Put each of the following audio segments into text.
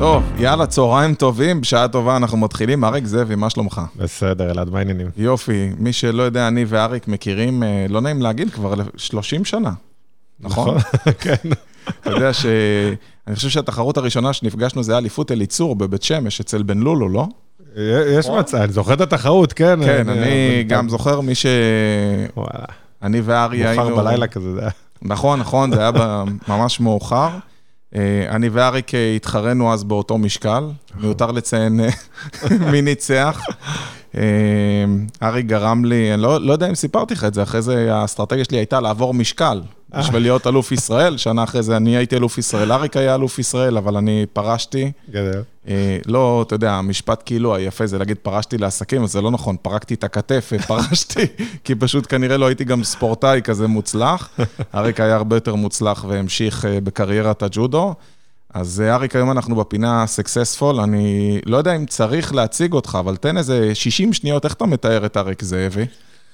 טוב, יאללה, צהריים טובים, בשעה טובה אנחנו מתחילים. אריק זאבי, מה שלומך? בסדר, אלעד, מה העניינים? יופי, מי שלא יודע, אני ואריק מכירים, לא נעים להגיד, כבר 30 שנה, נכון? כן. אתה יודע אני חושב שהתחרות הראשונה שנפגשנו זה היה אליפות אליצור בבית שמש, אצל בן לולו, לא? יש מצע, אני זוכר את התחרות, כן. כן, אני גם זוכר מי אני וארי היינו... מאוחר בלילה כזה, זה היה. נכון, זה היה ממש מאוחר. אני ואריק התחרנו אז באותו משקל, מיותר לציין מי ניצח. אריק גרם לי, אני לא יודע אם סיפרתי לך את זה, אחרי זה האסטרטגיה שלי הייתה לעבור משקל, בשביל להיות אלוף ישראל, שנה אחרי זה אני הייתי אלוף ישראל, אריק היה אלוף ישראל, אבל אני פרשתי. גדל. לא, אתה יודע, המשפט כאילו היפה זה להגיד פרשתי לעסקים, אז זה לא נכון, פרקתי את הכתף ופרשתי, כי פשוט כנראה לא הייתי גם ספורטאי כזה מוצלח. אריק היה הרבה יותר מוצלח והמשיך בקריירת הג'ודו. אז אריק, היום אנחנו בפינה סקסספול, אני לא יודע אם צריך להציג אותך, אבל תן איזה 60 שניות, איך אתה מתאר את אריק זאבי?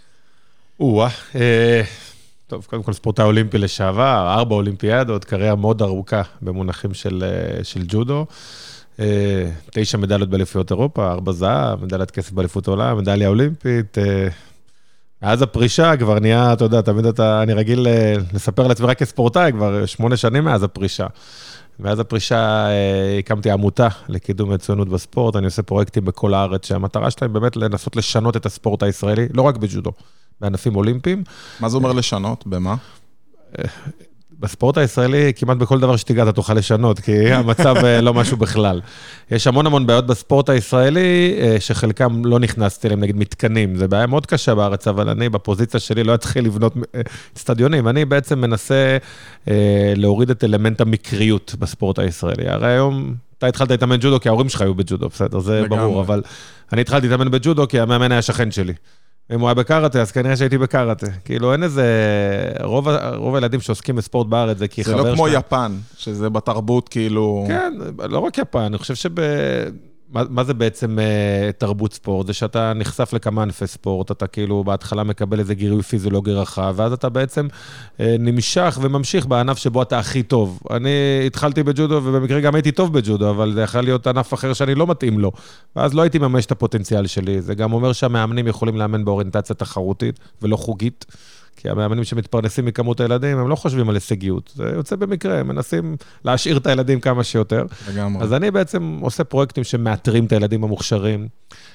טוב, קודם כל ספורטאי אולימפי לשעבר, 4 אולימפיאדות, קריירה מאוד ארוכה במונחים של ג'ודו, 9 מדליות באליפויות אירופה, 4 זהב, מדליית כסף באליפות העולם, מדליה אולימפית, מאז הפרישה כבר נהיה, אתה יודע, תמיד אני רגיל לספר לעצמי רק כספורטאי, כבר 8 שנים מאז הפרישה. מאז הפרישה הקמתי עמותה לקידום מצוינות בספורט, אני עושה פרויקטים בכל הארץ, שהמטרה שלהם באמת לנסות לשנות את הספורט הישראלי, לא רק בג'ודו, בענפים אולימפיים. מה זה אומר לשנות? במה? בספורט הישראלי, כמעט בכל דבר שתיגע אתה תוכל לשנות, כי המצב לא משהו בכלל. יש המון בעיות בספורט הישראלי, שחלקם לא נכנסתי להם, נגיד מתקנים. זה בעיה מאוד קשה בארץ, אבל אני בפוזיציה שלי לא אתחיל לבנות סטדיונים. אני בעצם מנסה להוריד את אלמנט המקריות בספורט הישראלי. הרי היום אתה התחלת להתאמן ג'ודו, כי ההורים שלך היו בג'ודו, בסדר, זה ברור, אבל אני התחלתי להתאמן בג'ודו, כי המאמן היה שכן שלי. אם הוא היה בקראטה, אז כנראה שהייתי בקראטה. כאילו, אין איזה... רוב הילדים שעוסקים בספורט בארץ, זה כי חבר... זה לא כמו יפן, שזה בתרבות, כאילו... כן, לא רק יפן, אני חושב מה זה בעצם תרבות ספורט? זה שאתה נחשף לכמה ענפי ספורט, אתה כאילו בהתחלה מקבל איזה גירוי פיזיולוגי רחב, ואז אתה בעצם נמשך וממשיך בענף שבו אתה הכי טוב. אני התחלתי בג'ודו, ובמקרה גם הייתי טוב בג'ודו, אבל זה יכול להיות ענף אחר שאני לא מתאים לו. ואז לא הייתי ממש את הפוטנציאל שלי. זה גם אומר שהמאמנים יכולים לאמן באוריינטציה תחרותית ולא חוגית. כי המאמנים שמתפרנסים מכמות הילדים, הם לא חושבים על הישגיות. זה יוצא במקרה, הם מנסים להשאיר את הילדים כמה שיותר. לגמרי. אז אני בעצם עושה פרויקטים שמאתרים את הילדים המוכשרים,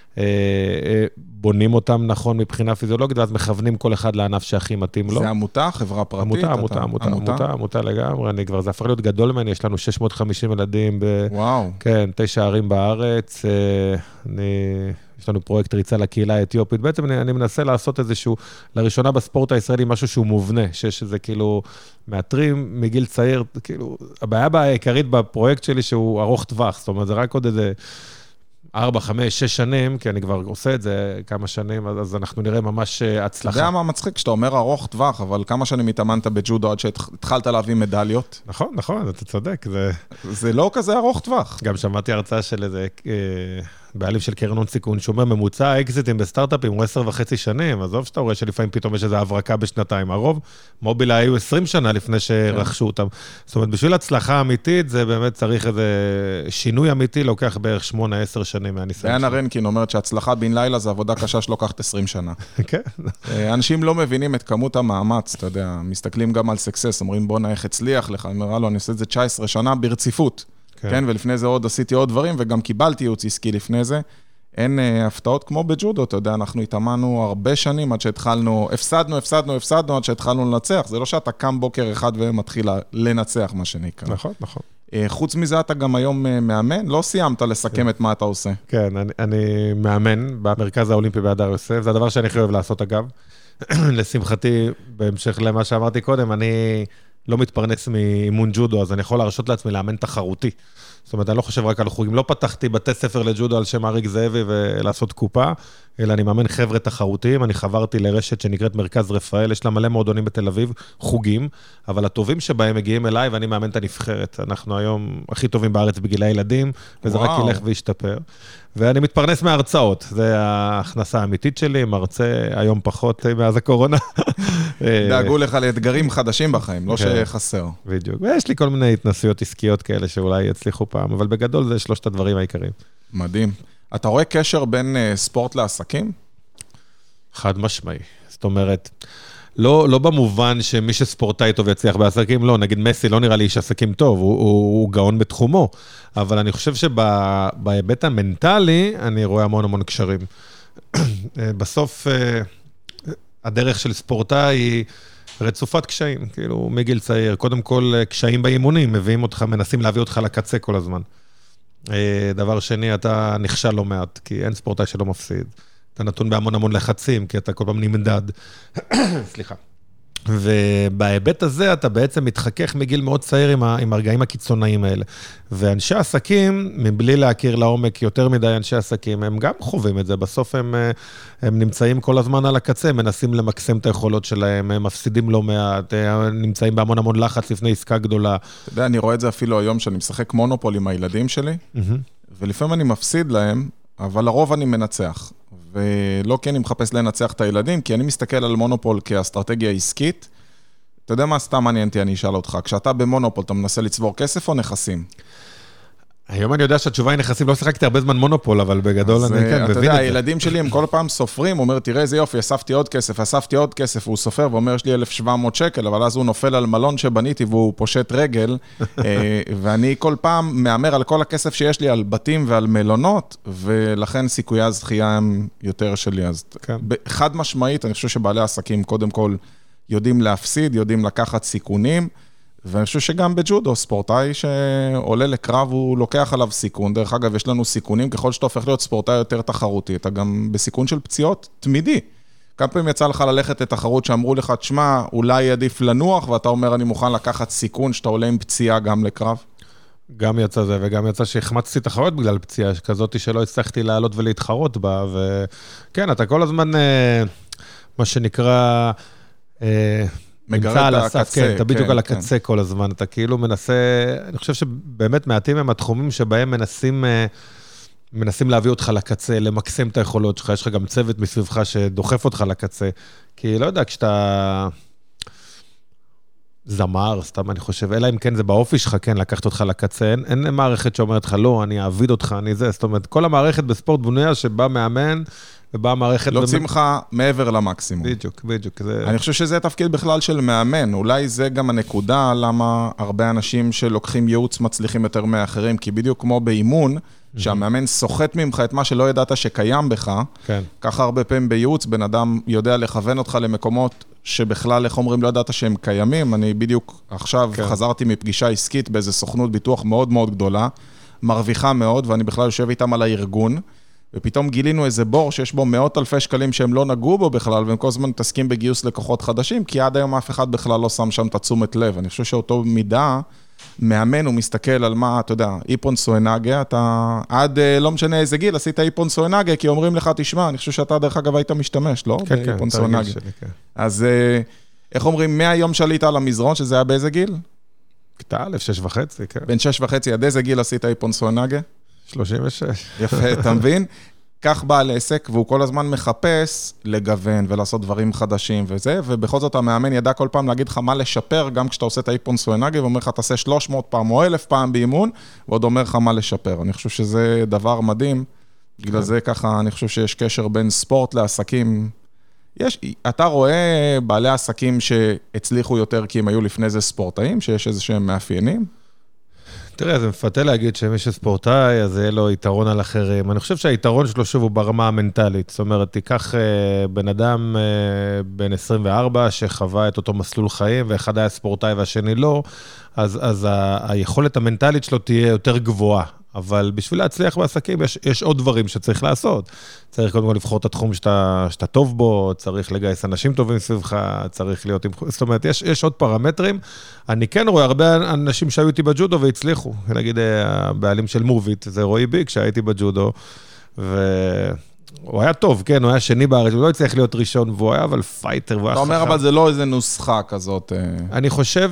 בונים אותם נכון מבחינה פיזיולוגית, ואז מכוונים כל אחד לענף שהכי מתאים לו. זה עמותה, חברה פרטית? עמותה לגמרי. זה הפך להיות גדול ממני, יש לנו 650 ילדים וואו. כן, 9 ערים בארץ. יש לנו פרויקט ריצה לקהילה האתיופית. בעצם אני מנסה לעשות איזשהו, לראשונה בספורט הישראלי, משהו שהוא מובנה, שיש איזה כאילו מאתרים מגיל צעיר, כאילו, הבעיה העיקרית בפרויקט שלי שהוא ארוך טווח, זאת אומרת, זה רק עוד איזה 4, 5, 6 שנים, כי אני כבר עושה את זה כמה שנים, אז אנחנו נראה ממש הצלחה. אתה יודע מה מצחיק? שאתה אומר ארוך טווח, אבל כמה שנים התאמנת בג'ודו עד שהתחלת להביא מדליות? נכון, אתה צודק. זה לא כזה ארוך טווח. גם שמעתי הרצאה של איזה בעלים של קרן הון סיכון, שאומר ממוצע האקזיטים בסטארט-אפים הוא 10.5 שנים, עזוב שאתה רואה שלפעמים פתאום יש איזו הברקה בשנתיים, הרוב מובילה היו 20 שנה לפני שרכשו אותם. זאת אומרת, בשביל הצלחה אמיתית, זה באמת צריך איזה שינוי אמיתי, לוקח בערך 8-10 שנים מהניסיון. דיאנה רנקין אומרת שהצלחה בן לילה זה עבודה קשה שלוקחת 20 שנה. כן. אנשים לא מבינים את כמות המאמץ, אתה יודע, מסתכלים גם על סקסס, אומרים בוא איך הצליח לך, אני אומר, אני עושה את זה 19 שנה ברציפות. כן, ולפני זה עשיתי עוד דברים, וגם קיבלתי ייעוץ עסקי לפני זה. אין הפתעות כמו בג'ודו, אתה יודע, אנחנו התאמנו הרבה שנים עד שהתחלנו, הפסדנו עד שהתחלנו לנצח. זה לא שאתה קם בוקר אחד ומתחיל לנצח, מה שנקרא. נכון. חוץ מזה, אתה גם היום מאמן? לא סיימת לסכם את מה אתה עושה. כן, אני מאמן במרכז האולימפי בהדר יוסף. זה הדבר שאני הכי אוהב לעשות, אגב. לשמחתי, בהמשך למה שאמרתי קודם, אני לא מתפרנס מאימון ג'ודו, אז אני יכול להרשות לעצמי לאמן תחרותי. זאת אומרת, אני לא חושב רק על חוגים. לא פתחתי בתי ספר לג'ודו על שם אריק זאבי ולעשות קופה, אלא אני מאמן חבר'ה תחרותיים. אני חברתי לרשת שנקראת מרכז רפאל, יש לה מלא מועדונים בתל אביב, חוגים, אבל הטובים שבהם מגיעים אליי, ואני מאמן את הנבחרת. אנחנו היום הכי טובים בארץ בגילי ילדים, וזה רק ילך וישתפר. ואני מתפרנס מההרצאות, זה ההכנסה האמיתית שלי, מרצה היום פחות מאז הקורונה, דאגו לך לאתגרים חדשים בחיים, לא שחסר. בדיוק. ויש לי כל מיני התנסויות עסקיות כאלה שאולי יצליחו פעם, אבל בגדול זה שלושת הדברים העיקריים. מדהים. אתה רואה קשר בין ספורט לעסקים? חד משמעי. זאת אומרת, לא במובן שמי שספורטאי טוב יצליח בעסקים, לא, נגיד מסי לא נראה לי איש עסקים טוב, הוא גאון בתחומו, אבל אני חושב שבהיבט המנטלי, אני רואה המון קשרים. בסוף, הדרך של ספורטאי היא רצופת קשיים, כאילו מגיל צעיר, קודם כל קשיים באימונים, מביאים אותך, מנסים להביא אותך לקצה כל הזמן. דבר שני, אתה נכשל לא מעט, כי אין ספורטאי שלא מפסיד. אתה נתון בהמון לחצים, כי אתה כל פעם נמדד. סליחה. ובהיבט הזה אתה בעצם מתחכך מגיל מאוד צעיר עם הרגעים הקיצוניים האלה. ואנשי עסקים, מבלי להכיר לעומק יותר מדי אנשי עסקים, הם גם חווים את זה. בסוף הם נמצאים כל הזמן על הקצה, מנסים למקסם את היכולות שלהם, הם מפסידים לא מעט, נמצאים בהמון לחץ לפני עסקה גדולה. אתה יודע, אני רואה את זה אפילו היום, שאני משחק מונופול עם הילדים שלי, ולפעמים אני מפסיד להם, אבל לרוב אני מנצח. ולא כי אני מחפש לנצח את הילדים, כי אני מסתכל על מונופול כאסטרטגיה עסקית. אתה יודע מה סתם מעניינתי, אני אשאל אותך. כשאתה במונופול, אתה מנסה לצבור כסף או נכסים? היום אני יודע שהתשובה היא נכסים, לא שיחקתי הרבה זמן מונופול, אבל בגדול אני כן מבין את זה. אתה יודע, הילדים שלי הם כל פעם סופרים, הוא אומר, תראה איזה יופי, אספתי עוד כסף, הוא סופר ואומר, יש לי 1,700 שקל, אבל אז הוא נופל על מלון שבניתי והוא פושט רגל, ואני כל פעם מאמר על כל הכסף שיש לי על בתים ועל מלונות, ולכן סיכויי הזכייה הם יותר שלי. אז חד משמעית, אני חושב שבעלי עסקים קודם כל יודעים להפסיד, יודעים לקחת סיכונים, ואני חושב שגם בג'ודו, ספורטאי שעולה לקרב, הוא לוקח עליו סיכון. דרך אגב, יש לנו סיכונים, ככל שאתה הופך להיות ספורטאי יותר תחרותי, אתה גם בסיכון של פציעות תמידי. כמה פעמים יצא לך ללכת לתחרות שאמרו לך, תשמע, אולי עדיף לנוח, ואתה אומר, אני מוכן לקחת סיכון שאתה עולה עם פציעה גם לקרב? גם יצא זה, וגם יצא שהחמצתי תחרות בגלל פציעה, כזאת שלא הצלחתי לעלות ולהתחרות בה, וכן, אתה כל הזמן, מה שנקרא, נמצא על הסף, כן, אתה בדיוק על הקצה כל הזמן, אתה כאילו מנסה, אני חושב שבאמת מעטים הם התחומים שבהם מנסים להביא אותך לקצה, למקסם את היכולות שלך, יש לך גם צוות מסביבך שדוחף אותך לקצה, כי לא יודע, כשאתה זמר, סתם אני חושב, אלא אם כן זה באופי שלך, כן, לקחת אותך לקצה, אין מערכת שאומרת לך, לא, אני אעביד אותך, אני זה, זאת אומרת, כל המערכת בספורט בנויה שבא מאמן, ובאה מערכת... להוצאים לך מעבר למקסימום. בדיוק. אני חושב שזה תפקיד בכלל של מאמן, אולי זה גם הנקודה למה הרבה אנשים שלוקחים ייעוץ מצליחים יותר מאחרים, כי בדיוק כמו באימון, שהמאמן סוחט ממך את מה שלא ידעת שקיים בך, ככה הרבה פעמים בייעוץ, בן אדם יודע לכוון אותך למקומות שבכלל, איך אומרים, לא ידעת שהם קיימים. אני בדיוק עכשיו חזרתי מפגישה עסקית באיזו סוכנות ביטוח מאוד מאוד גדולה, מרוויחה מאוד, ואני בכלל יושב איתם על הארגון, ופתאום גילינו איזה בור שיש בו מאות אלפי שקלים שהם לא נגעו בו בכלל, והם כל הזמן מתעסקים בגיוס לקוחות חדשים, כי עד היום אף אחד בכלל לא שם שם את תשומת לב. אני חושב שאותו מידה, מאמן הוא מסתכל על מה, אתה יודע, איפון סואנגה, אתה עד לא משנה איזה גיל, עשית איפון סואנגה, כי אומרים לך, תשמע, אני חושב שאתה דרך אגב היית משתמש, לא? כן, כן, תרגיל שלי, כן. אז איך אומרים, מהיום שעלית על המזרון, שזה היה באיזה גיל? כתה א', 6.5, כן. בין 6.5 עד איזה גיל עשית איפון סואנגה? 36. יפה, אתה מבין? כך בעל עסק, והוא כל הזמן מחפש לגוון ולעשות דברים חדשים וזה, ובכל זאת המאמן ידע כל פעם להגיד לך מה לשפר, גם כשאתה עושה את האיפון סואנגה, ואומר לך, תעשה 300 פעם או 1,000 פעם באימון, ועוד אומר לך מה לשפר. אני חושב שזה דבר מדהים, בגלל זה ככה אני חושב שיש קשר בין ספורט לעסקים. אתה רואה בעלי עסקים שהצליחו יותר כי הם היו לפני זה ספורטאים, שיש איזה שהם מאפיינים? תראה, זה מפתה להגיד שמי שספורטאי, אז יהיה לו יתרון על אחרים. אני חושב שהיתרון שלו שוב הוא ברמה המנטלית. זאת אומרת, תיקח בן אדם בן 24 שחווה את אותו מסלול חיים, ואחד היה ספורטאי והשני לא, אז היכולת המנטלית שלו תהיה יותר גבוהה. אבל בשביל להצליח בעסקים, יש עוד דברים שצריך לעשות. צריך קודם כל לבחור את התחום שאתה טוב בו, צריך לגייס אנשים טובים סביבך, צריך להיות עם... זאת אומרת, יש עוד פרמטרים. אני כן רואה הרבה אנשים שהיו איתי בג'ודו והצליחו. נגיד, הבעלים של מוביט, זה רועי ביג, שהייתי בג'ודו, הוא היה טוב, כן, הוא היה שני בארץ, הוא לא הצליח להיות ראשון, והוא היה אבל פייטר, והוא היה חכם. אתה אומר, אבל זה לא איזה נוסחה כזאת. אני חושב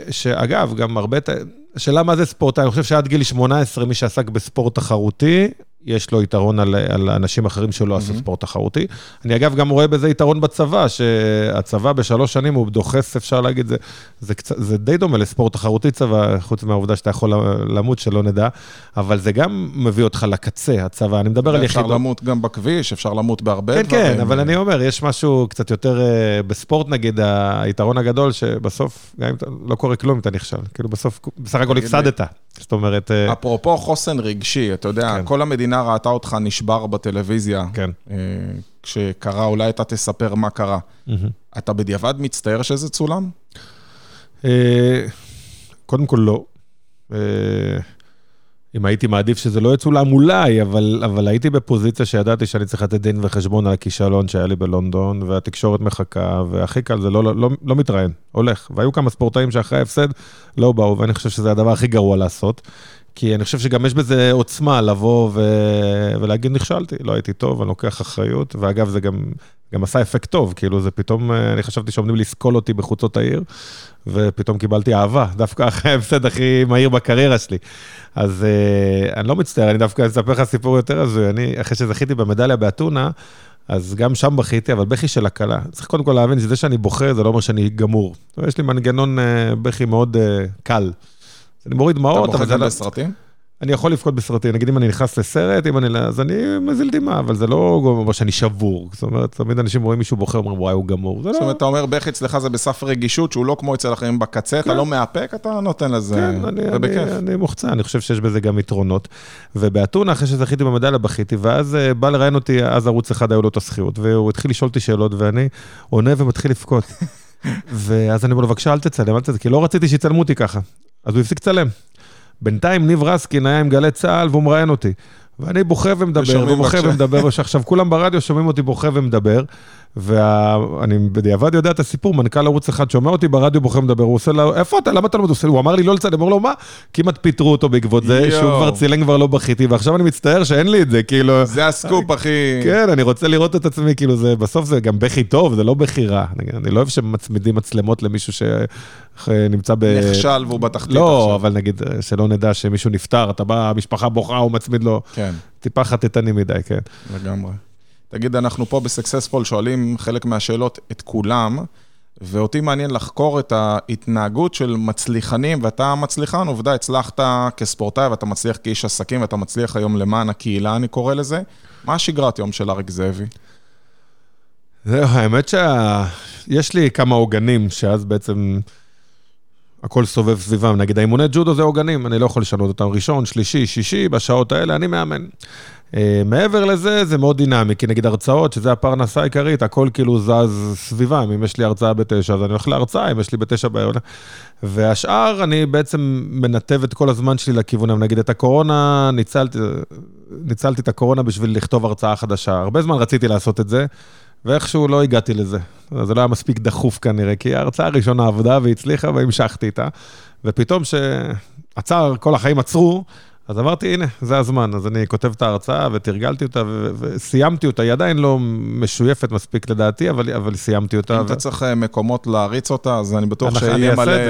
שאגב, גם הרבה... השאלה מה זה ספורט, אני חושב שעד גיל 18, מי שעסק בספורט תחרותי, יש לו יתרון על אנשים אחרים שלא עשו ספורט תחרותי. אני אגב גם רואה בזה יתרון בצבא, שהצבא ב3 שנים הוא דוחס, אפשר להגיד, זה די דומה לספורט תחרותי צבא, חוץ מהעובדה שאתה יכול למות שלא נדע, אבל זה גם מביא אותך לקצה, הצבא. אני מדבר על יחידות. אפשר למות גם בכביש, אפשר למות בהרבה דברים. כן, אבל אני אומר, יש משהו קצת יותר בספורט, נגיד, היתרון הגדול, שבסוף, גם אם לא קורה כלום, אתה נכשל. כאילו בסוף, בסך הכל הפסדת. זאת אומרת... אפרופו חוסן רגשי, אתה יודע, כל המדינה ראתה אותך נשבר בטלוויזיה, כשקרה, אולי אתה תספר מה קרה. אתה בדיעבד מצטער שזה צולם? קודם כל לא. אם הייתי מעדיף שזה לא יצולם אולי, אבל הייתי בפוזיציה שידעתי שאני צריך לתת דין וחשבון על הכישלון שהיה לי בלונדון, והתקשורת מחכה, והכי קל זה לא מתראיין, הולך. והיו כמה ספורטאים שאחרי ההפסד לא באו, ואני חושב שזה הדבר הכי גרוע לעשות, כי אני חושב שגם יש בזה עוצמה לבוא ולהגיד נכשלתי, לא הייתי טוב, אני לוקח אחריות, ואגב זה גם עשה אפקט טוב, כאילו זה פתאום, אני חשבתי שעומדים לסקול אותי בחוצות העיר, ופתאום קיבלתי אהבה, דווקא אחרי ההפסד הכי מהיר בקריירה שלי. אז אני לא מצטער, אני דווקא אספר לך סיפור יותר הזוי, אני אחרי שזכיתי במדליה באתונה, אז גם שם בכיתי, אבל בכי של הקלה. צריך קודם כל להבין שזה שאני בוכה, זה לא אומר שאני גמור. יש לי מנגנון בכי מאוד קל. אני מוריד דמעות. אתה בוכה גם בסרטים? אני יכול לבכות בסרטים, נגיד אם אני נכנס לסרט, אז אני מזיל דמעה, אבל זה לא אומר שאני שבור. זאת אומרת, תמיד אנשים רואים מישהו בוחר, אומרים, וואי, הוא גמור. זאת אומרת, אתה אומר, בכי אצלך זה בסף רגישות, שהוא לא כמו אצל אחרים בקצה, אתה לא מאפק, אתה נותן לזה, זה בכיף. אני מוחצה, אני חושב שיש בזה גם יתרונות. ובאתונה, אחרי שזכיתי במדליה, בכיתי, ואז בא לראיין אותי, אז ערוץ אחד היו לו את הזכירות, והוא התחיל לשאול אותי שאלות, ואני עונה ומתחיל לבכות. ואז אני אומר לו, בבקשה, אל תצלם, כי לא רציתי שיצלמו אותי ככה. אז הוא הפסיק לצלם. בינתיים ניב רסקין היה עם גלי צהל והוא מראיין אותי. ואני בוכה ומדבר, ובוכה ומדבר, שעכשיו כולם ברדיו שומעים אותי בוכה ומדבר, ואני בדיעבד יודע את הסיפור, מנכ"ל ערוץ אחד שומע אותי ברדיו בוכה ומדבר, הוא עושה לו, איפה אתה? למה אתה לא מדבר? הוא אמר לי לא לצלם, אמר לו, מה? כמעט פיטרו אותו בעקבות זה, שהוא כבר צילם, כבר לא בכיתי, ועכשיו אני מצטער שאין לי את זה, כאילו... זה הסקופ, אחי. כן, אני רוצה לראות את עצמי, כאילו זה, בסוף זה גם בכי טוב, זה לא בכי רע. אני לא אוהב שמצמידים מצלמות למישהו שנמצא נכשל והוא בתחתית. לא, אבל נגיד שלא נדע שמישהו נפטר, אתה בא, המשפחה בוכה, הוא מצמיד לו. כן. טיפה חטטני מדי, כן. לגמרי. תגיד, אנחנו פה בסקסספול שואלים חלק מהשאלות את כולם, ואותי מעניין לחקור את ההתנהגות של מצליחנים, ואתה מצליחן, עובדה, הצלחת כספורטאי, ואתה מצליח כאיש עסקים, ואתה מצליח היום למען הקהילה, אני קורא לזה. מה השגרת יום של אריק זאבי? זהו, האמת שיש לי כמה עוגנים, שאז בעצם הכל סובב סביבם. נגיד, האימוני ג'ודו זה עוגנים, אני לא יכול לשנות אותם ראשון, שלישי, שישי, בשעות האלה אני מאמן. מעבר לזה, זה מאוד דינמי, כי נגיד הרצאות, שזה הפרנסה העיקרית, הכל כאילו זז סביבם. אם יש לי הרצאה ב9, אז אני הולך להרצאה, אם יש לי ב9 בעונה. והשאר, אני בעצם מנתב את כל הזמן שלי לכיוונם. נגיד, את הקורונה, ניצלתי את הקורונה בשביל לכתוב הרצאה חדשה. הרבה זמן רציתי לעשות את זה, ואיכשהו לא הגעתי לזה. זה לא היה מספיק דחוף כנראה, כי ההרצאה הראשונה עבדה והצליחה, והמשכתי איתה. ופתאום שעצר, כל החיים עצרו, אז אמרתי, הנה, זה הזמן. אז אני כותב את ההרצאה ותרגלתי אותה וסיימתי אותה. היא עדיין לא משויפת מספיק לדעתי, אבל סיימתי אותה. אם אתה צריך מקומות להריץ אותה, אז אני בטוח שיהיה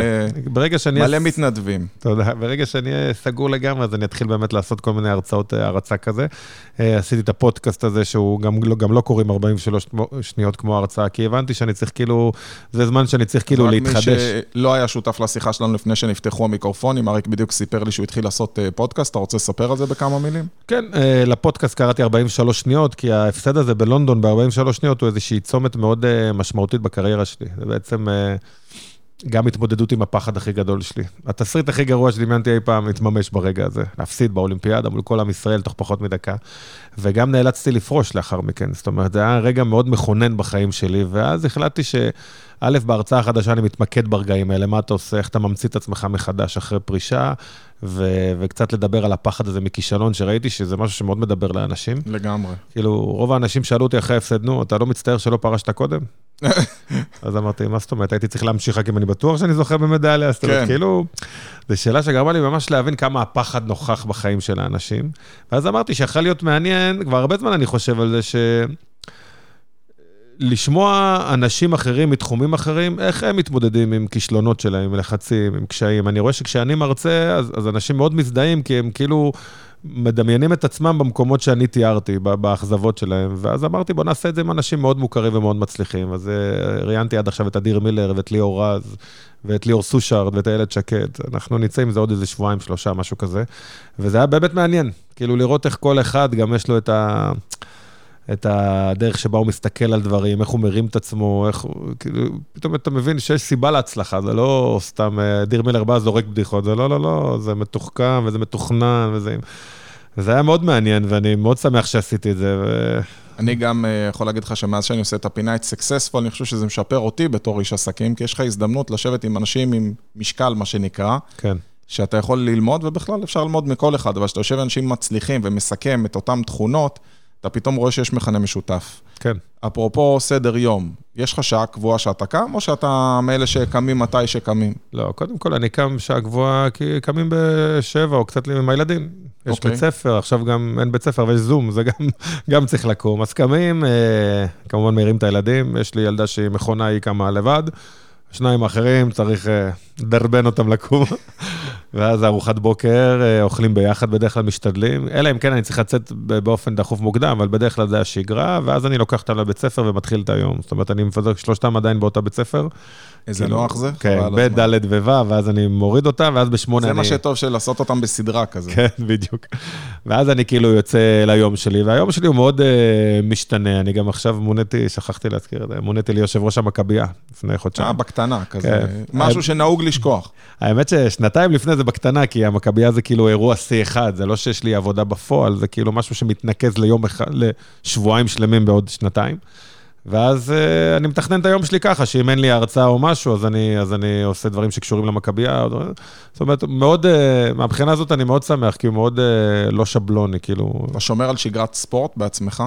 מלא מתנדבים. תודה. ברגע שאני אהיה סגור לגמרי, אז אני אתחיל באמת לעשות כל מיני הרצאות הרצה כזה. עשיתי את הפודקאסט הזה, שהוא גם לא קוראים 43 שניות כמו הרצאה, כי הבנתי שאני צריך כאילו, זה זמן שאני צריך כאילו להתחדש. מי שלא היה שותף לשיחה שלנו לפני שנפתחו המיקרופונים, אריק בדיוק סיפר לי שהוא התחיל לעשות פודקאסט. אתה רוצה לספר על זה בכמה מילים? כן, לפודקאסט קראתי 43 שניות, כי ההפסד הזה בלונדון ב-43 שניות הוא איזושהי צומת מאוד משמעותית בקריירה שלי. זה בעצם גם התמודדות עם הפחד הכי גדול שלי. התסריט הכי גרוע שדמיינתי אי פעם התממש ברגע הזה. להפסיד באולימפיאדה מול כל עם ישראל תוך פחות מדקה. וגם נאלצתי לפרוש לאחר מכן. זאת אומרת, זה היה רגע מאוד מכונן בחיים שלי, ואז החלטתי א', בהרצאה החדשה אני מתמקד ברגעים האלה, מה אתה עושה, איך אתה ממציא את עצמך מחדש אחרי פרישה, וקצת לדבר על הפחד הזה מכישלון, שראיתי שזה משהו שמאוד מדבר לאנשים. לגמרי. כאילו, רוב האנשים שאלו אותי אחרי הפסד, נו, אתה לא מצטער שלא פרשת קודם? אז אמרתי, מה זאת אומרת, הייתי צריך להמשיך, כי אני בטוח שאני זוכה במדליה, זאת אומרת, כאילו, זו שאלה שגרמה לי ממש להבין כמה הפחד נוכח בחיים של האנשים, ואז אמרתי שיכול להיות מעניין, כבר הרבה זמן אני חושב על זה לשמוע אנשים אחרים מתחומים אחרים, איך הם מתמודדים עם כישלונות שלהם, עם לחצים, עם קשיים. אני רואה שכשאני מרצה, אז אנשים מאוד מזדהים, כי הם כאילו מדמיינים את עצמם במקומות שאני תיארתי, באכזבות שלהם. ואז אמרתי, בוא נעשה את זה עם אנשים מאוד מוכרים ומאוד מצליחים. אז ראיינתי עד עכשיו את אדיר מילר, ואת ליאור רז, ואת ליאור סושארד, ואת הילד שקד. אנחנו נצא עם זה עוד איזה שבועיים, 3, משהו כזה. וזה היה באמת מעניין. כאילו לראות איך כל אחד גם יש לו את הדרך שבה הוא מסתכל על דברים, איך הוא מרים את עצמו, איך הוא, כאילו, פתאום אתה מבין שיש סיבה להצלחה, זה לא סתם, אדיר מילר בא, זורק בדיחות, זה לא, זה מתוחכם וזה מתוכנן, וזה היה מאוד מעניין, ואני מאוד שמח שעשיתי את זה. אני גם יכול להגיד לך שמאז שאני עושה את הפינה את סקסספול, אני חושב שזה משפר אותי בתור איש עסקים, כי יש לך הזדמנות לשבת עם אנשים עם משקל, מה שנקרא, כן. שאתה יכול ללמוד, ובכלל אפשר ללמוד מכל אחד, אבל שאתה יושב אנשים מצליחים ומסכם את אותם תכונות, אתה פתאום רואה שיש מכנה משותף. כן. אפרופו סדר יום, יש לך שעה קבועה שאתה קם, או שאתה מאלה שקמים מתי שקמים? לא, קודם כל אני קם שעה קבועה, כי קמים ב7 או קצת עם הילדים. יש בית ספר, עכשיו גם אין בית ספר ויש זום, זה גם צריך לקום. אז קמים, כמובן מהירים את הילדים, יש לי ילדה שהיא מכונה, היא קמה לבד, 2 אחרים צריך דרבן אותם לקום. ואז ארוחת בוקר, אוכלים ביחד, בדרך כלל משתדלים, אלא אם כן אני צריך לצאת באופן דחוף מוקדם, אבל בדרך כלל זה השגרה, ואז אני לוקח אותם לבית ספר ומתחיל את היום. זאת אומרת, אני מפזר 3 עדיין באותה בית ספר. איזה נוח זה? כן, ב' ד' וו', ואז אני מוריד אותם, ואז ב8 זה מה שטוב של לעשות אותם בסדרה כזה. כן, בדיוק. ואז אני כאילו יוצא ליום שלי, והיום שלי הוא מאוד משתנה. אני גם עכשיו מוניתי, שכחתי להזכיר את זה, מוניתי ליושב ראש המכבייה, לפני חודשיים. בקטנה כזה. משהו שנהוג לשכוח. האמת ששנתיים לפני זה בקטנה, כי המכבייה זה כאילו אירוע C1, זה לא שיש לי עבודה בפועל, זה כאילו משהו שמתנקז ליום אחד, לשבועיים שלמים בעוד שנתיים. ואז אני מתכנן את היום שלי ככה, שאם אין לי הרצאה או משהו, אז אני עושה דברים שקשורים למכבייה. זאת אומרת, מאוד, מהבחינה הזאת אני מאוד שמח, כי הוא מאוד לא שבלוני, כאילו. אתה שומר על שגרת ספורט בעצמך?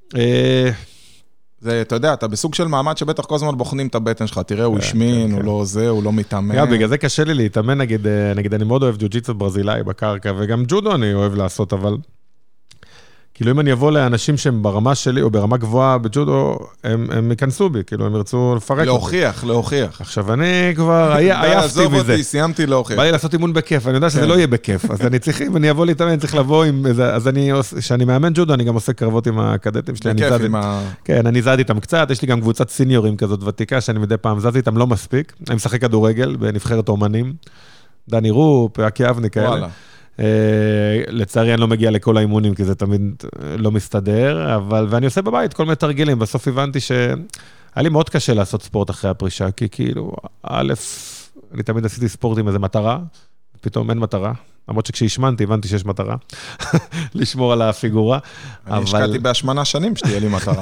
זה, אתה יודע, אתה בסוג של מעמד שבטח כל הזמן בוחנים את הבטן שלך, תראה, הוא ישמין, הוא לא זה, הוא לא מתאמן. בגלל זה קשה לי להתאמן, נגיד, אני מאוד אוהב ג'ו-ג'יטסו ברזילאי בקרקע, וגם ג'ודו אני אוהב לעשות, אבל כאילו אם אני אבוא לאנשים שהם ברמה שלי, או ברמה גבוהה בג'ודו, הם ייכנסו בי, כאילו הם ירצו לפרק. להוכיח. עכשיו אני כבר עייפתי מזה. סיימתי להוכיח. בא לי לעשות אימון בכיף, אני יודע שזה לא יהיה בכיף, אז אני צריך, אם אני אבוא להתאמן, צריך לבוא עם איזה, אז כשאני מאמן ג'ודו, אני גם עושה קרבות עם הקדטים שלי. בכיף כן, אני זז איתם קצת, יש לי גם קבוצת סיניורים כזאת ותיקה, שאני מדי פעם זז איתם לא מספיק. אני משחק כדורגל בנבחרת אומנים, דני רופ, אקי אבני כאלה. לצערי אני לא מגיע לכל האימונים, כי זה תמיד לא מסתדר, ואני עושה בבית כל מיני תרגילים, בסוף הבנתי שהיה לי מאוד קשה לעשות ספורט אחרי הפרישה, כי כאילו, א', אני תמיד עשיתי ספורט עם איזו מטרה, פתאום אין מטרה, למרות שכשהשמנתי הבנתי שיש מטרה, לשמור על הפיגורה. אני השקעתי בהשמנה שנים שתהיה לי מטרה.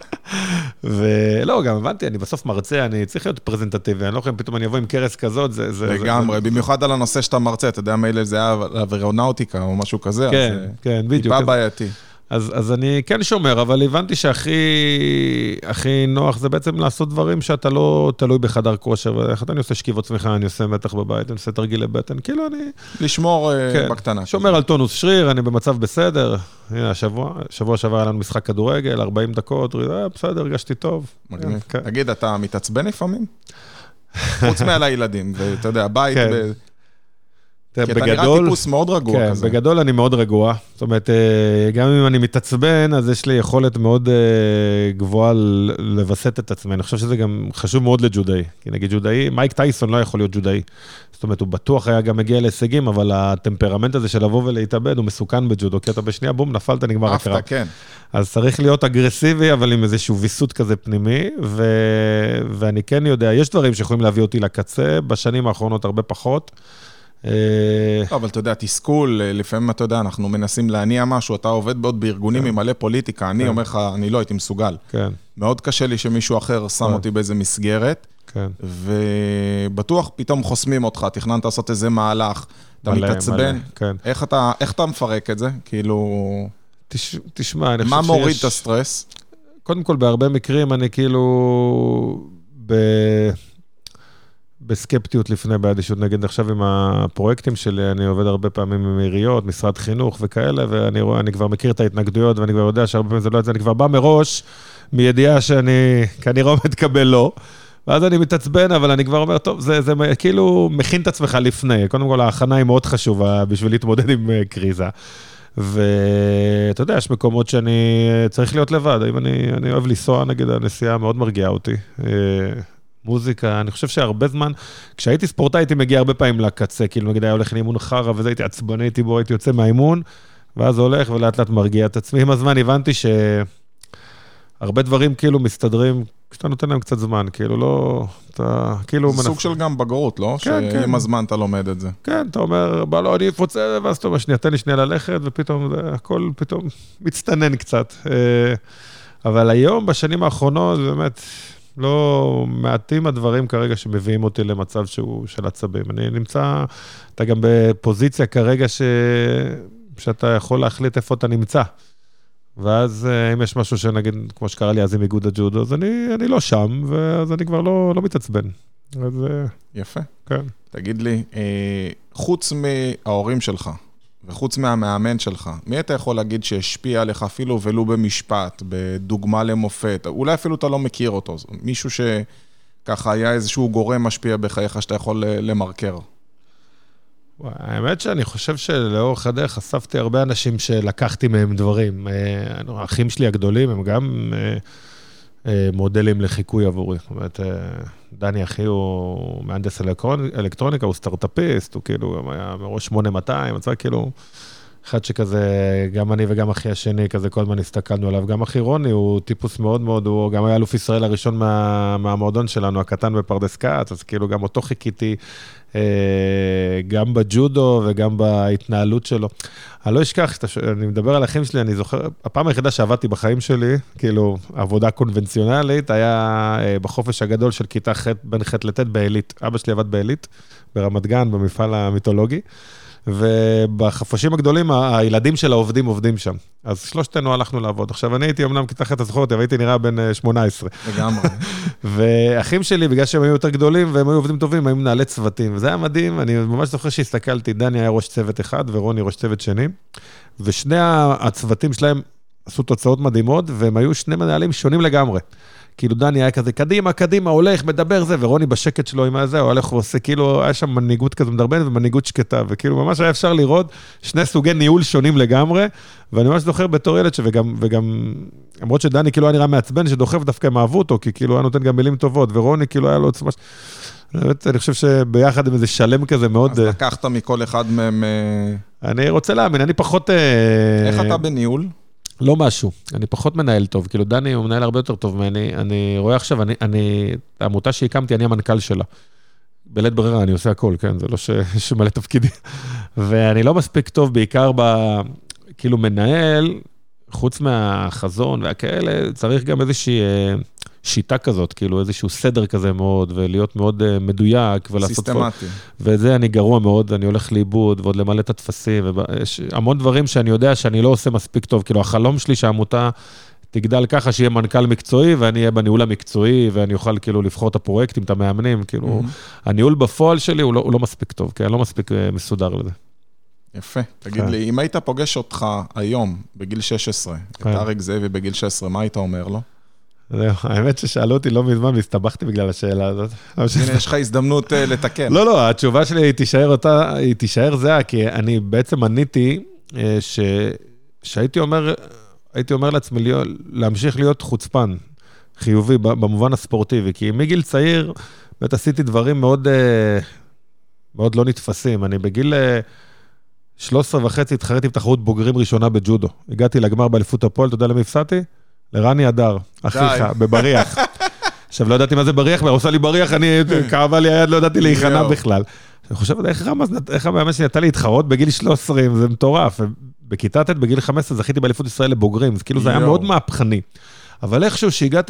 ולא, גם הבנתי, אני בסוף מרצה, אני צריך להיות פרזנטטיבי, אני לא יכול, פתאום אני אבוא עם קרס כזאת, זה... לגמרי, במיוחד על הנושא שאתה מרצה, אתה יודע מילא זה היה אווירונאוטיקה או משהו כזה, כן, בדיוק. טיפה בעייתי. אז אני כן שומר, אבל הבנתי שהכי נוח זה בעצם לעשות דברים שאתה לא תלוי בחדר כושר, ואיך אתה אני עושה שכיבות צמיחה, אני עושה מתח בבית, אני עושה תרגילי בטן, כאילו אני... לשמור בקטנה. שומר על טונוס שריר, אני במצב בסדר, הנה שבוע שעבר היה לנו משחק כדורגל, 40 דקות, בסדר, הרגשתי טוב. מגניב. תגיד, אתה מתעצבן לפעמים? חוץ מעל הילדים, ואתה יודע, הבית... כי אתה נראה טיפוס מאוד רגוע כזה. בגדול אני מאוד רגוע, זאת אומרת, גם אם אני מתעצבן, אז יש לי יכולת מאוד גבוהה לבסט את עצמי, אני חושב שזה גם חשוב מאוד לג'ודאי, כי נגיד ג'ודאי, מייק טייסון לא יכול להיות ג'ודאי, זאת אומרת, הוא בטוח היה גם מגיע להישגים, אבל הטמפרמנט הזה של לבוא ולהתאבד, הוא מסוכן בג'ודו, כי אתה בשנייה, בום, נפלת, נגמר הקרב. כן. אז צריך להיות אגרסיבי, אבל עם איזשהו ויסות כזה פנימי, ואני כן יודע, יש דברים שיכולים להביא אותי לקצה, בשנים האחרונות הרבה פחות, אבל אתה יודע, תסכול, לפעמים אתה יודע, אנחנו מנסים להניע משהו, אתה עובד בעוד בארגונים עם מלא פוליטיקה, אני אומר לך, אני לא הייתי מסוגל. מאוד קשה לי שמישהו אחר שם אותי באיזה מסגרת, ובטוח פתאום חוסמים אותך, תכננת לעשות איזה מהלך, אתה מתעצבן, איך אתה מפרק את זה? כאילו... תשמע, אני חושב שיש... מה מוריד את הסטרס? קודם כל, בהרבה מקרים אני כאילו... בסקפטיות לפני באדישות, נגיד עכשיו עם הפרויקטים שלי, אני עובד הרבה פעמים עם עיריות, משרד חינוך וכאלה, ואני כבר מכיר את ההתנגדויות, ואני כבר יודע שהרבה פעמים זה לא את זה, אני כבר בא מראש, מידיעה שאני כנראה עומד קבל לא, ואז אני מתעצבן, אבל אני כבר אומר, טוב, זה כאילו מכין את עצמך לפני. קודם כל, ההכנה היא מאוד חשובה בשביל להתמודד עם קריזה. ואתה יודע, יש מקומות שאני צריך להיות לבד. אם אני אוהב לנסוע, נגיד, הנסיעה מאוד מרגיעה אותי. מוזיקה, אני חושב שהרבה זמן, כשהייתי ספורטאי, הייתי מגיע הרבה פעמים לקצה, כאילו נגיד היה הולך לאימון חרה, וזה הייתי עצבני, הייתי יוצא מהאימון, ואז הולך ולאט לאט מרגיע את עצמי. עם הזמן הבנתי שהרבה דברים כאילו מסתדרים, כשאתה נותן להם קצת זמן, כאילו לא, אתה כאילו... זה סוג של גם בגרות, לא? כן, כן. שעם הזמן אתה לומד את זה. כן, אתה אומר, בא לא, אני אפוצה, ואז אתה אומר, שנייה, תן לי שנייה ללכת, ופתאום הכל פתאום מצטנן קצת. אבל היום, בשנים האחרונות, באמת, לא מעטים הדברים כרגע שמביאים אותי למצב שהוא של עצבים. אני נמצא, אתה גם בפוזיציה כרגע שאתה יכול להחליט איפה אתה נמצא. ואז אם יש משהו שנגיד, כמו שקרה לי אז עם איגוד הג'ודו, אז אני לא שם, ואז אני כבר לא מתעצבן. אז... יפה. כן. תגיד לי, חוץ מההורים שלך, וחוץ מהמאמן שלך, מי אתה יכול להגיד שהשפיע עליך אפילו ולו במשפט, בדוגמה למופת, אולי אפילו אתה לא מכיר אותו, מישהו שככה היה איזשהו גורם משפיע בחייך שאתה יכול למרקר? האמת שאני חושב שלאורך הדרך חשפתי הרבה אנשים שלקחתי מהם דברים. האחים שלי הגדולים הם גם מודלים לחיקוי עבורי. זאת אומרת, דני אחי הוא מהנדס אלקטרוניקה, הוא סטארט-אפיסט, הוא כאילו גם היה מראש 8200, מצא כאילו אחד שכזה, גם אני וגם אחי השני, כזה כל הזמן הסתכלנו עליו. גם אחי רוני הוא טיפוס מאוד מאוד, הוא גם היה אלוף ישראל הראשון מהמועדון שלנו, הקטן בפרדס כץ, אז כאילו גם אותו חיכיתי, גם בג'ודו וגם בהתנהלות שלו. אני לא אשכח, אני מדבר על האחים שלי, אני זוכר, הפעם היחידה שעבדתי בחיים שלי, כאילו עבודה קונבנציונלית, היה בחופש הגדול של כיתה ח' בין ח' לט' בעילית. אבא שלי עבד בעילית, ברמת גן, במפעל המיתולוגי. ובחפשים הגדולים, הילדים של העובדים עובדים שם. אז שלושתנו הלכנו לעבוד. עכשיו, אני הייתי אמנם כיתה ח' הזכורת, אבל הייתי נראה בין 18. לגמרי. ואחים שלי, בגלל שהם היו יותר גדולים, והם היו עובדים טובים, היו מנהלי צוותים. וזה היה מדהים, אני ממש זוכר שהסתכלתי, דני היה ראש צוות אחד, ורוני ראש צוות שני. ושני הצוותים שלהם עשו תוצאות מדהימות, והם היו שני מנהלים שונים לגמרי. כאילו דני היה כזה, קדימה, הולך, מדבר זה, ורוני בשקט שלו עם הזה, הוא הולך ועושה, כאילו, היה שם מנהיגות כזה מדרבנת ומנהיגות שקטה, וכאילו ממש היה אפשר לראות שני סוגי ניהול שונים לגמרי, ואני ממש זוכר בתור ילד וגם, למרות שדני כאילו היה נראה מעצבן, שדוחף דווקא הם אהבו אותו, כי כאילו היה נותן גם מילים טובות, ורוני כאילו היה לו עוד ממש, אני חושב שביחד עם איזה שלם כזה מאוד... אז לקחת מכל אחד מהם... אני רוצה להאמין, אני פחות... איך אתה בניהול? לא משהו, אני פחות מנהל טוב, כאילו דני הוא מנהל הרבה יותר טוב ממני, אני רואה עכשיו, העמותה שהקמתי, אני המנכ"ל שלה. בלית ברירה, אני עושה הכל, כן, זה לא שמלא תפקידי. ואני לא מספיק טוב, בעיקר כאילו מנהל, חוץ מהחזון והכאלה, צריך גם איזושהי שיטה כזאת, כאילו איזשהו סדר כזה מאוד, ולהיות מאוד מדויק, סיסטמטי. וזה אני גרוע מאוד, אני הולך לאיבוד, ועוד למלא את התפסים, ויש המון דברים שאני יודע שאני לא עושה מספיק טוב, כאילו החלום שלי שהעמותה תגדל ככה, שיהיה מנכ"ל מקצועי, ואני אהיה בניהול המקצועי, ואני אוכל כאילו לבחור את הפרויקטים, את המאמנים, כאילו, הניהול בפועל שלי הוא לא מספיק טוב, כי אני לא מספיק מסודר לזה. יפה. תגיד לי, אם היית פוגש אותך היום, בגיל 16, את אריק זאבי בגיל 16, מה היית אומר לו? האמת ששאלו אותי לא מזמן, והסתבכתי בגלל השאלה הזאת. הנה, יש לך הזדמנות לתקן. לא, התשובה שלי היא תישאר זהה, כי אני בעצם עניתי שהייתי אומר לעצמי להמשיך להיות חוצפן, חיובי, במובן הספורטיבי, כי מגיל צעיר, באמת עשיתי דברים מאוד לא נתפסים. אני בגיל 13.5 התחרתי בתחרות בוגרים ראשונה בג'ודו. הגעתי לגמר באליפות הפועל, אתה יודע למי הפסדתי? לרני אדר, אחיך, בבריח. עכשיו, לא ידעתי מה זה בריח, ועושה לי בריח, כאבה לי היד, לא ידעתי להיכנע בכלל. אני חושב, איך המאמן שלי נתן לי להתחרות בגיל 13, זה מטורף. בכיתה ט' בגיל 15 זכיתי באליפות ישראל לבוגרים, כאילו זה היה מאוד מהפכני. אבל איכשהו שהגעתי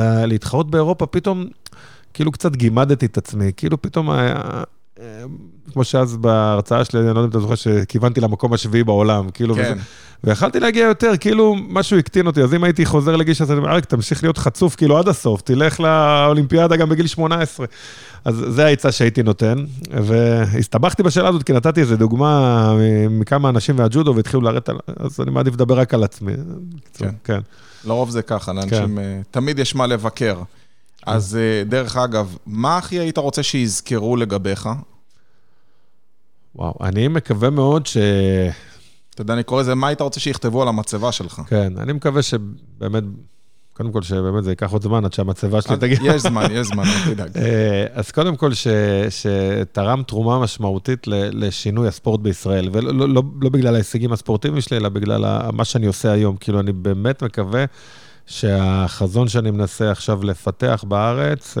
להתחרות באירופה, פתאום, כאילו קצת גימדתי את עצמי, כאילו פתאום כמו שאז בהרצאה שלי, אני לא יודע אם אתה זוכר שכיוונתי למקום השביעי בעולם, כאילו, כן. ויכלתי להגיע יותר, כאילו, משהו הקטין אותי, אז אם הייתי חוזר לגיל שזה, אריק, תמשיך להיות חצוף, כאילו, עד הסוף, תלך לאולימפיאדה גם בגיל 18. אז זה העצה שהייתי נותן, והסתבכתי בשאלה הזאת, כי נתתי איזו דוגמה מכמה אנשים מהג'ודו, והתחילו להראות, אז אני מעדיף לדבר רק על עצמי. כן. כן. לרוב זה ככה, לאנשים, תמיד יש מה לבקר. אז דרך אגב, מה הכי היית רוצה שיזכרו לגביך? וואו, אני מקווה מאוד ש... אתה יודע, אני קורא לזה, מה היית רוצה שיכתבו על המצבה שלך? כן, אני מקווה שבאמת, קודם כל שבאמת זה ייקח עוד זמן עד שהמצבה שלי תגיע. יש זמן, לא תדאג. אז קודם כל שתרם תרומה משמעותית לשינוי הספורט בישראל, ולא בגלל ההישגים הספורטיביים שלי, אלא בגלל מה שאני עושה היום. כאילו, אני באמת מקווה שהחזון שאני מנסה עכשיו לפתח בארץ,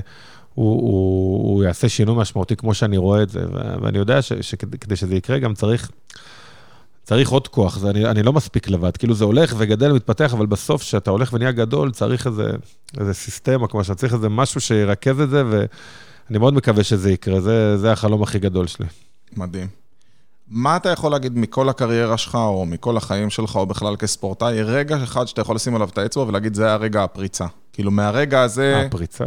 הוא יעשה שינוי משמעותי כמו שאני רואה את זה, ואני יודע שכדי שזה יקרה גם צריך עוד כוח, אני לא מספיק לבד, כאילו זה הולך וגדל ומתפתח, אבל בסוף שאתה הולך ונהיה גדול, צריך איזה סיסטמה, כמו שצריך איזה משהו שירכז את זה, ואני מאוד מקווה שזה יקרה, זה החלום הכי גדול שלי. מדהים. מה אתה יכול להגיד מכל הקריירה שלך, או מכל החיים שלך, או בכלל כספורטאי, רגע אחד שאתה יכול לשים עליו את האצבע, ולהגיד, זה הרגע הפריצה. כאילו מהרגע הזה... הפריצה.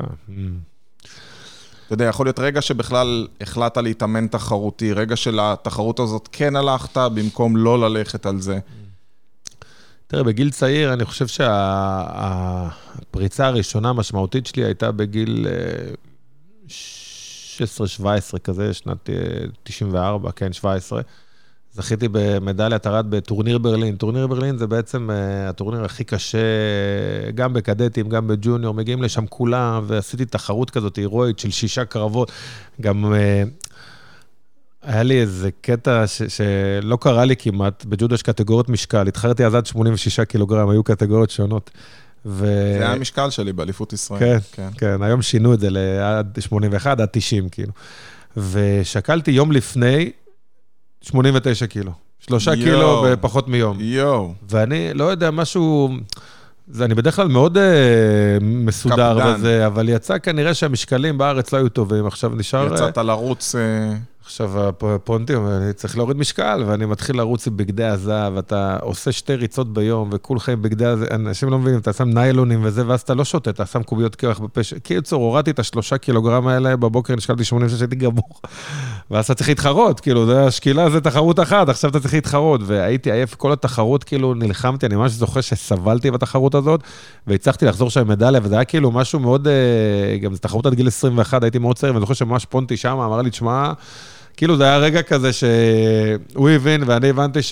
אתה יודע, יכול להיות רגע שבכלל החלטת להתאמן תחרותי, רגע של התחרות הזאת כן הלכת, במקום לא ללכת על זה. תראה, בגיל צעיר, אני חושב שהפריצה הראשונה המשמעותית שלי הייתה בגיל 16-17 כזה, שנת 94, כן, 17. זכיתי במדליית ארד בטורניר ברלין. טורניר ברלין זה בעצם הטורניר הכי קשה, גם בקדטים, גם בג'וניור, מגיעים לשם כולם, ועשיתי תחרות כזאת הירואית של 6 קרבות. גם היה לי איזה קטע שלא קרה לי כמעט, בג'ודו יש קטגוריות משקל, התחרתי אז עד 86 קילוגרם, היו קטגוריות שונות. זה היה המשקל שלי באליפות ישראל. כן, כן, היום שינו את זה עד 81, עד 90 כאילו. ושקלתי יום לפני, 89 קילו. 3 קילו בפחות מיום. ואני לא יודע, משהו... אני בדרך כלל מאוד מסודר וזה, אבל יצא כנראה שהמשקלים בארץ לא היו טובים. עכשיו נשאר... יצאת לרוץ... עכשיו הפונטי אומר, אני צריך להוריד משקל, ואני מתחיל לרוץ עם בגדי הזהב, ואתה עושה 2 ריצות ביום, וכולכם בגדי הזהב, אנשים לא מבינים, אתה שם ניילונים וזה, ואז אתה לא שותה, אתה שם קוביות קרח בפה, קיצור, הורדתי את 3 קילוגרם האלה, בבוקר נשקלתי 86, הייתי גמור, ואז אתה צריך להתחרות, כאילו, זה השקילה, זה תחרות אחת, עכשיו אתה צריך להתחרות, והייתי עייף כל התחרות, כאילו, נלחמתי, אני ממש זוכר שסבלתי בתחרות הזאת, והצלחתי לחזור שם מדליה, וזה היה כאילו משהו מאוד, גם זה תחרות עד גיל 21, הייתי מאוד צעיר, ואני זוכר שממש פונטי שם, אמר לי, תשמע, כאילו זה היה רגע כזה שהוא הבין, ואני הבנתי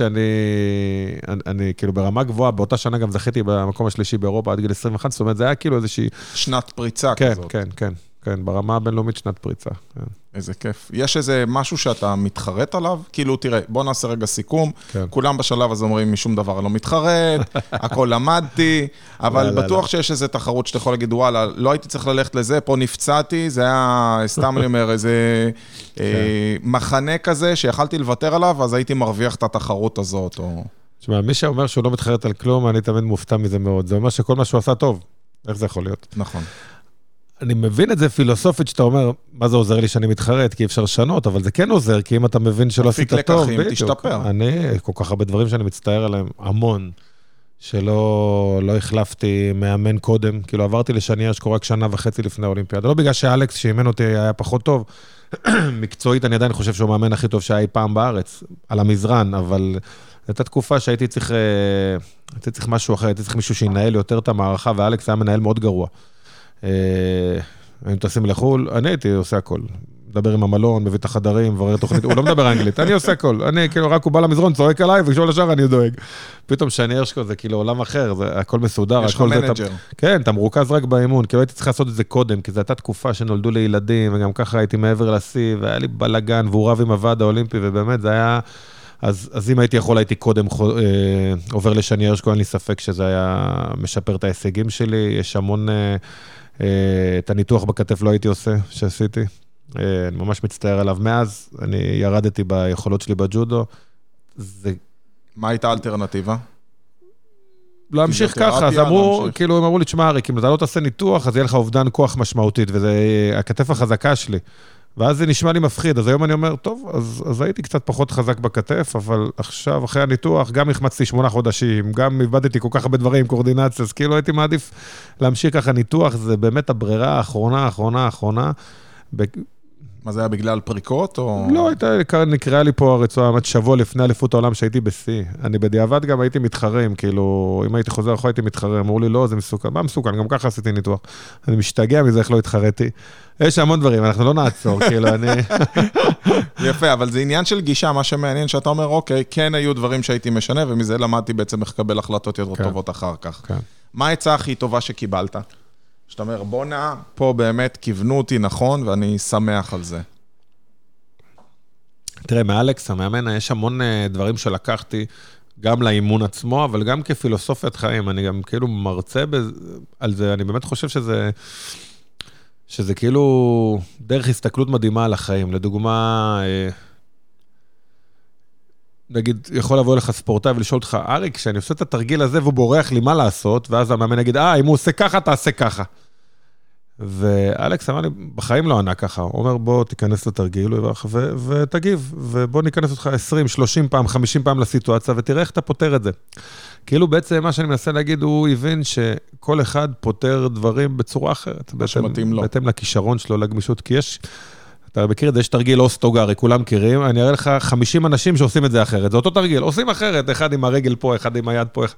שאני כאילו ברמה גבוהה, באותה שנה גם זכיתי במקום השלישי באירופה עד גיל 21, זאת אומרת, זה היה כאילו איזושהי... שנת פריצה כן, כזאת. כן, כן, כן, ברמה הבינלאומית שנת פריצה. כן. איזה כיף. יש איזה משהו שאתה מתחרט עליו? כאילו, תראה, בוא נעשה רגע סיכום. כן. כולם בשלב הזה אומרים, משום דבר לא מתחרט, הכל למדתי, אבל בטוח שיש איזה תחרות שאתה יכול להגיד, וואלה, לא הייתי צריך ללכת לזה, פה נפצעתי, זה היה, סתם אני אומר, איזה מחנה כזה שיכלתי לוותר עליו, אז הייתי מרוויח את התחרות הזאת. תשמע, מי שאומר שהוא לא מתחרט על כלום, אני תמיד מופתע מזה מאוד. זה אומר שכל מה שהוא עשה טוב. איך זה יכול להיות? נכון. אני מבין את זה פילוסופית שאתה אומר, מה זה עוזר לי שאני מתחרט, כי אפשר לשנות, אבל זה כן עוזר, כי אם אתה מבין שלא עשית טוב, לקחים, תשתפר. אני, כל כך הרבה דברים שאני מצטער עליהם, המון, שלא החלפתי מאמן קודם, כאילו עברתי לשני הרשקו רק 1.5 שנה לפני האולימפיאדה, לא בגלל שאלכס שאימן אותי היה פחות טוב, מקצועית אני עדיין חושב שהוא מאמן הכי טוב שהיה אי פעם בארץ, על המזרן, אבל הייתה תקופה שהייתי צריך משהו אחר, הייתי צריך מישהו שינהל יותר את המערכה, ואלכס היה מנהל מאוד גרוע. אם תשים לחול, אני הייתי עושה הכל. מדבר עם המלון, מביא את החדרים, מברר תוכנית, הוא לא מדבר אנגלית, אני עושה הכל. אני כאילו רק הוא בא למזרון, צועק עליי, וכשהוא לשאר אני דואג. פתאום שאני הרשקו, זה כאילו עולם אחר, זה הכל מסודר. יש לך מנג'ר. כן, אתה מרוכז רק באימון, כאילו הייתי צריך לעשות את זה קודם, כי זו הייתה תקופה שנולדו לילדים, וגם ככה הייתי מעבר לשיא, והיה לי בלגן, והוא רב עם הוועד האולימפי, ובאמת זה היה... אז אם הייתי יכול, הייתי קודם עובר לשני הרשקו, אין לי ספק שזה היה משפר את ההישגים שלי, יש המון... את הניתוח בכתף לא הייתי עושה, שעשיתי. אני ממש מצטער עליו. מאז אני ירדתי ביכולות שלי בג'ודו. מה הייתה האלטרנטיבה? להמשיך ככה, אז אמרו, כאילו הם אמרו לי, תשמע אריק, אם אתה לא תעשה ניתוח, אז יהיה לך אובדן כוח משמעותית, וזה הכתף החזקה שלי. ואז זה נשמע לי מפחיד, אז היום אני אומר, טוב, אז הייתי קצת פחות חזק בכתף, אבל עכשיו, אחרי הניתוח, גם החמצתי 8 חודשים, גם איבדתי כל כך הרבה דברים, קואורדינציה, אז כאילו הייתי מעדיף להמשיך ככה ניתוח, זה באמת הברירה האחרונה. מה זה היה בגלל פריקות או... לא, נקראה לי פה הרצועה, שבוע לפני אליפות העולם שהייתי בשיא. אני בדיעבד גם הייתי מתחרים, כאילו, אם הייתי חוזר אחרי הייתי מתחרה, אמרו לי, לא, זה מסוכן. מה מסוכן? גם ככה עשיתי ניתוח. אני משתגע מזה, איך לא התחרתי. יש המון דברים, אנחנו לא נעצור, כאילו, אני... יפה, אבל זה עניין של גישה, מה שמעניין שאתה אומר, אוקיי, כן היו דברים שהייתי משנה, ומזה למדתי בעצם איך לקבל החלטות יותר טובות אחר כך. מה העצה הכי טובה שקיבלת? שאתה אומר, בונה, פה באמת כיוונו אותי נכון, ואני שמח על זה. תראה, מאלכס, המאמן, יש המון דברים שלקחתי, גם לאימון עצמו, אבל גם כפילוסופיית חיים. אני גם כאילו מרצה על זה, אני באמת חושב שזה כאילו דרך הסתכלות מדהימה על החיים. לדוגמה, נגיד, יכול לבוא לך ספורטאי ולשאול אותך, אריק, כשאני עושה את התרגיל הזה והוא בורח לי מה לעשות, ואז המאמן יגיד, אם הוא עושה ככה, תעשה ככה. ואלכס אמר לי, בחיים לא ענה ככה. הוא אומר, בוא תיכנס לתרגיל ותגיב, ובוא ניכנס אותך 20, 30 פעם, 50 פעם לסיטואציה, ותראה איך אתה פותר את זה. כאילו בעצם מה שאני מנסה להגיד, הוא הבין שכל אחד פותר דברים בצורה אחרת. בהתאם לכישרון שלו, לגמישות, כי יש... אתה מכיר את זה, יש תרגיל אוסטוגרי, כולם מכירים, אני אראה לך 50 אנשים שעושים את זה אחרת, זה אותו תרגיל, עושים אחרת, אחד עם הרגל פה, אחד עם היד פה,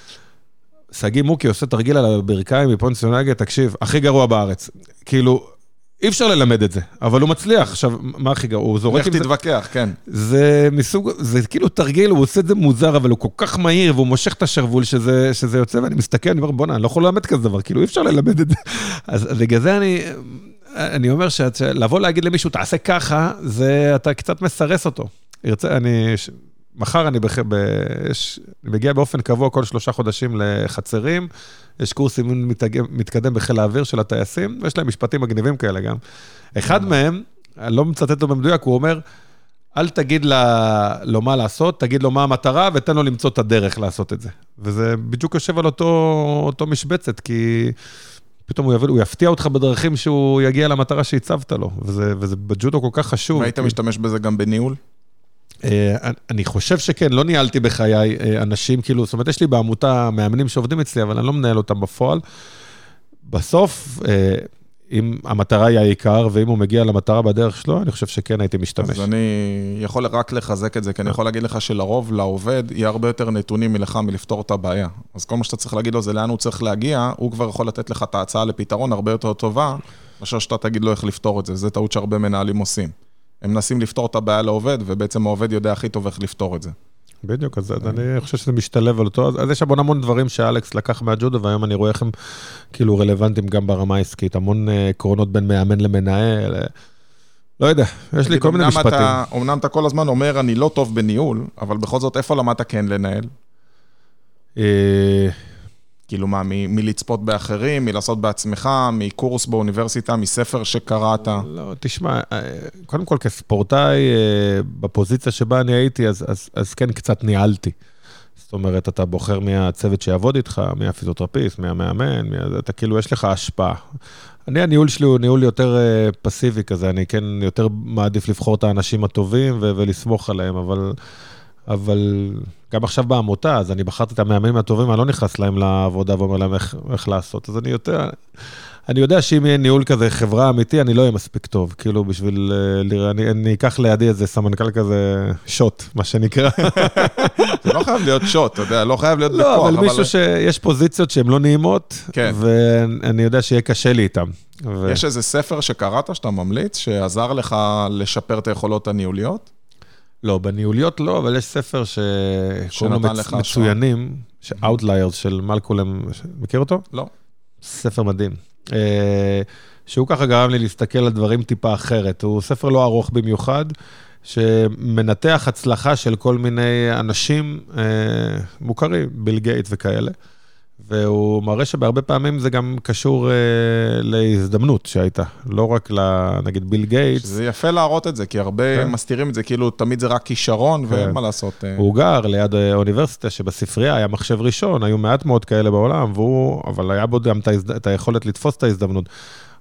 סגי מוקי עושה תרגיל על הברכיים מפונציונגיה, תקשיב, הכי גרוע בארץ, כאילו, אי אפשר ללמד את זה, אבל הוא מצליח, עכשיו, מה הכי גרוע? הוא זורק עם זה... איך תתווכח, כן. זה מסוג, זה כאילו תרגיל, הוא עושה את זה מוזר, אבל הוא כל כך מהיר, והוא מושך את השרוול שזה יוצא, ואני מסתכל, אני אומר, בונה, אני לא יכול ללמד כזה דבר, כאילו, אי אפשר ללמד את זה. אז בגלל זה אני אומר שלבוא להגיד למישהו, תעשה ככה, זה, אתה קצת מסרס אותו. מחר אני מגיע באופן קבוע כל 3 חודשים לחצרים, יש קורס אימון מתקדם בחיל האוויר של הטייסים, ויש להם משפטים מגניבים כאלה גם. אחד מהם, אני לא מצטט לו במדויק, הוא אומר, אל תגיד לו מה לעשות, תגיד לו מה המטרה, ותן לו למצוא את הדרך לעשות את זה. וזה בדיוק יושב על אותו משבצת, כי... פתאום הוא יפתיע אותך בדרכים שהוא יגיע למטרה שהצבת לו, וזה בג'ודו כל כך חשוב. והיית משתמש בזה גם בניהול? אני חושב שכן, לא ניהלתי בחיי אנשים, כאילו, זאת אומרת, יש לי בעמותה מאמנים שעובדים אצלי, אבל אני לא מנהל אותם בפועל. בסוף, אם המטרה היא העיקר, ואם הוא מגיע למטרה בדרך שלו, אני חושב שכן הייתי משתמש. אז אני יכול רק לחזק את זה, כי אני יכול להגיד לך שלרוב, לעובד, יהיה הרבה יותר נתונים מלך מלפתור את הבעיה. אז כל מה שאתה צריך להגיד לו זה לאן הוא צריך להגיע, הוא כבר יכול לתת לך את ההצעה לפתרון הרבה יותר טובה, מאשר שאתה תגיד לו איך לפתור את זה. זה טעות שהרבה מנהלים עושים. הם מנסים לפתור את הבעיה לעובד, ובעצם העובד יודע הכי טוב איך לפתור את זה. בדיוק, אז אני חושב שזה משתלב על אותו, אז יש המון דברים שאלכס לקח מהג'ודו, והיום אני רואה איך הם כאילו רלוונטיים גם ברמה העסקית, המון עקרונות בין מאמן למנהל, לא יודע, יש לי כל מיני משפטים. אמנם אתה כל הזמן אומר, אני לא טוב בניהול, אבל בכל זאת, איפה למדת כן לנהל? כאילו מה, מלצפות באחרים, מלעשות בעצמך, מקורס באוניברסיטה, מספר שקראת? לא, תשמע, קודם כל כספורטאי, בפוזיציה שבה אני הייתי, אז כן קצת ניהלתי. זאת אומרת, אתה בוחר מהצוות שיעבוד איתך, מהפיזיותרפיסט, מהמאמן, אתה כאילו, יש לך השפעה. הניהול שלי הוא ניהול יותר פסיבי כזה, אני כן יותר מעדיף לבחור את האנשים הטובים ולסמוך עליהם, אבל גם עכשיו בעמותה, אז אני בחרתי את המאמנים הטובים, אני לא נכנס להם לעבודה ואומר להם איך לעשות. אז אני יודע שאם יהיה ניהול כזה חברה אמיתי, אני לא אהיה מספיק טוב. כאילו בשביל, אני אקח לידי איזה סמנכ"ל כזה שוט, מה שנקרא. זה לא חייב להיות שוט, אתה יודע, לא חייב להיות בכוח. לא, אבל מישהו שיש פוזיציות שהן לא נעימות, ואני יודע שיהיה קשה לי איתם. יש איזה ספר שקראת שאתה ממליץ, שעזר לך לשפר את היכולות הניהוליות? לא, בניהוליות לא, אבל יש ספר שקוראים לו מצוינים, Outliers של מלקולם, מכיר אותו? לא. ספר מדהים. שהוא ככה גרם לי להסתכל על דברים טיפה אחרת. הוא ספר לא ארוך במיוחד, שמנתח הצלחה של כל מיני אנשים מוכרים, ביל גייט וכאלה. והוא מראה שבהרבה פעמים זה גם קשור להזדמנות שהייתה, לא רק נגיד ביל גייטס. זה יפה להראות את זה, כי הרבה מסתירים את זה, כאילו תמיד זה רק כישרון, ומה לעשות. הוא גר ליד האוניברסיטה שבספרייה היה מחשב ראשון, היו מעט מאוד כאלה בעולם, אבל היה בו גם את היכולת לתפוס את ההזדמנות.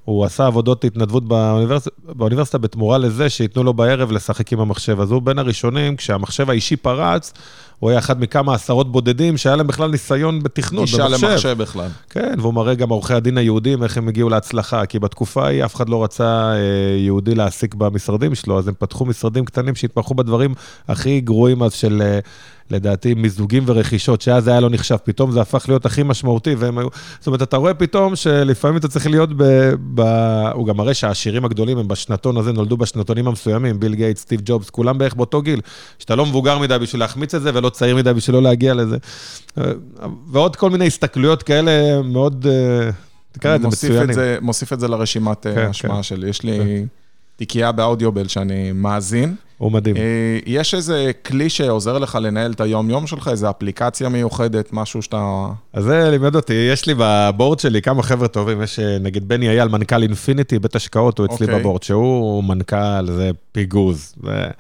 הוא עשה עבודות התנדבות באוניברסיטה בתמורה לזה שיתנו לו בערב לשחק עם המחשב. אז הוא בין הראשונים, כשהמחשב האישי פרץ, הוא היה אחד מכמה עשרות בודדים, שהיה להם בכלל ניסיון בתכנות, גישה למחשב בכלל. כן, והוא מראה גם עורכי הדין היהודים, איך הם הגיעו להצלחה, כי בתקופה היא אף אחד לא רצה יהודי להעסיק במשרדים שלו, אז הם פתחו משרדים קטנים שהתמחו בדברים הכי גרועים אז של, לדעתי, מיזוגים ורכישות, שאז היה לא נחשב, פתאום זה הפך להיות הכי משמעותי, והם היו, זאת אומרת, אתה רואה פתאום שלפעמים אתה צריך להיות הוא גם מראה שהעשירים הגדולים הם בשנתון הזה, נולדו בשנתונים המסוימים, ביל גייט, סטיב ג'ובס, כולם בערך באותו גיל, שאתה לא מבוגר מדי בשביל להחמיץ את זה, ולא צעיר מדי בשביל לא להגיע לזה. ועוד כל מיני הסתכלויות כאלה מאוד, תקרא את זה מצוינים. מוסיף את זה לרשימת השמעה שלי. יש לי תיקייה באודיובל שאני מאזין. הוא מדהים. יש איזה כלי שעוזר לך לנהל את היום-יום שלך, איזו אפליקציה מיוחדת, משהו שאתה... אז זה לימד אותי, יש לי בבורד שלי כמה חבר'ה טובים, יש נגיד בני אייל, מנכ"ל אינפיניטי, בית השקעות, הוא אצלי בבורד, שהוא מנכ"ל, זה פיגוז.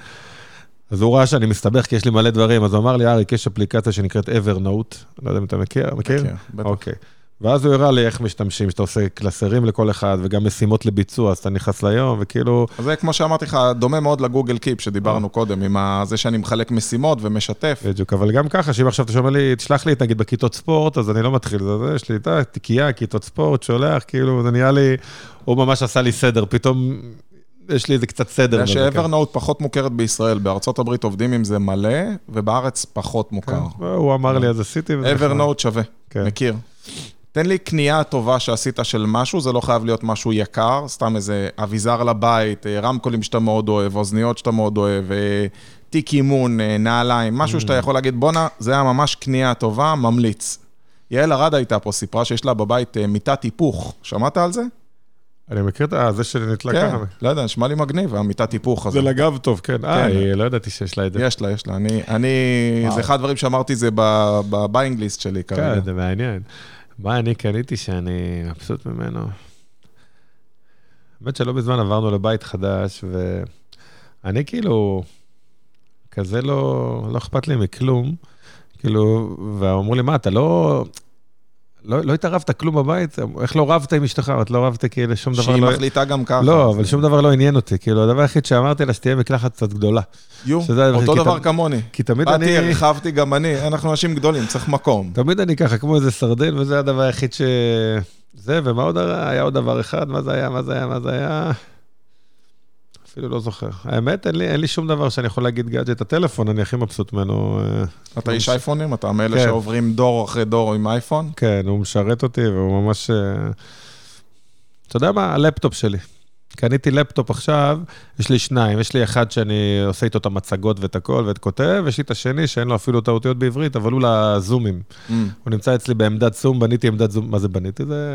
אז הוא ראה שאני מסתבך, כי יש לי מלא דברים, אז הוא אמר לי, אריק, יש אפליקציה שנקראת Evernote, לא יודע אם אתה מכיר? בטח. אוקיי. ואז הוא הראה לי איך משתמשים, שאתה עושה קלסרים לכל אחד, וגם משימות לביצוע, אז אתה נכנס ליום, וכאילו... אז זה כמו שאמרתי לך, דומה מאוד לגוגל קיפ שדיברנו קודם, עם זה שאני מחלק משימות ומשתף. בדיוק, אבל גם ככה, שאם עכשיו אתה שומע לי, תשלח לי, נגיד, בכיתות ספורט, אז אני לא מתחיל, יש לי תיקייה, כיתות ספורט, שולח, כאילו, זה נראה לי, הוא ממש עשה לי סדר, פתאום יש לי איזה קצת סדר. שאברנוט פחות מוכרת בישראל, בארצות הברית עובדים עם זה מלא, ובארץ פחות מוכר. הוא אמר לי, אז עשיתי. אברנוט שווה, מכיר. תן לי קנייה טובה שעשית של משהו, זה לא חייב להיות משהו יקר, סתם איזה אביזר לבית, רמקולים שאתה מאוד אוהב, אוזניות שאתה מאוד אוהב, תיק אימון, נעליים, משהו שאתה יכול להגיד, בונה, זה היה ממש קנייה טובה, ממליץ. יעל ארד הייתה פה, סיפרה שיש לה בבית מיטת היפוך, שמעת על זה? אני מכיר את זה שנתלה ככה. כן, לא יודע, נשמע לי מגניב, המיטת היפוך הזה. זה לגב טוב, כן. לא ידעתי שיש לה את זה. יש לה. זה אחד הדברים שאמרתי, זה בביינג ליסט שלי כרגע. כן, זה מעניין. מה אני קניתי שאני מבסוט ממנו? באמת שלא בזמן עברנו לבית חדש, ואני כאילו, כזה לא אכפת לי מכלום, כאילו, ואמרו לי, מה, אתה לא התערבת כלום בבית? איך לא רבת עם אשתך? את לא רבת כאילו שום דבר שהיא מחליטה גם ככה. לא, אבל שום דבר לא עניין אותי. כאילו, הדבר היחיד שאמרתי לה, שתהיה מקלחת קצת גדולה. אותו דבר כמוני. כי תמיד אני... באתי, הרחבתי גם אני. אנחנו אנשים גדולים, צריך מקום. תמיד אני ככה, כמו איזה סרדין, וזה הדבר היחיד זה, ומה עוד היה עוד דבר אחד? מה זה היה? אפילו לא זוכר. האמת, אין לי שום דבר שאני יכול להגיד גאדג'ט. הטלפון, אני הכי מבסוט ממנו. אתה איש אייפונים? אתה מאלה שעוברים דור אחרי דור עם אייפון? כן, הוא משרת אותי, והוא ממש... אתה יודע מה? הלפטופ שלי. קניתי לפטופ עכשיו, יש לי שניים, יש לי אחד שאני עושה איתו את המצגות ואת הכל ואת כותב, ויש לי את השני שאין לו אפילו את האותיות בעברית, אבל הוא לזומים. הוא נמצא אצלי בעמדת זום, בניתי עמדת זום, מה זה בניתי? זה...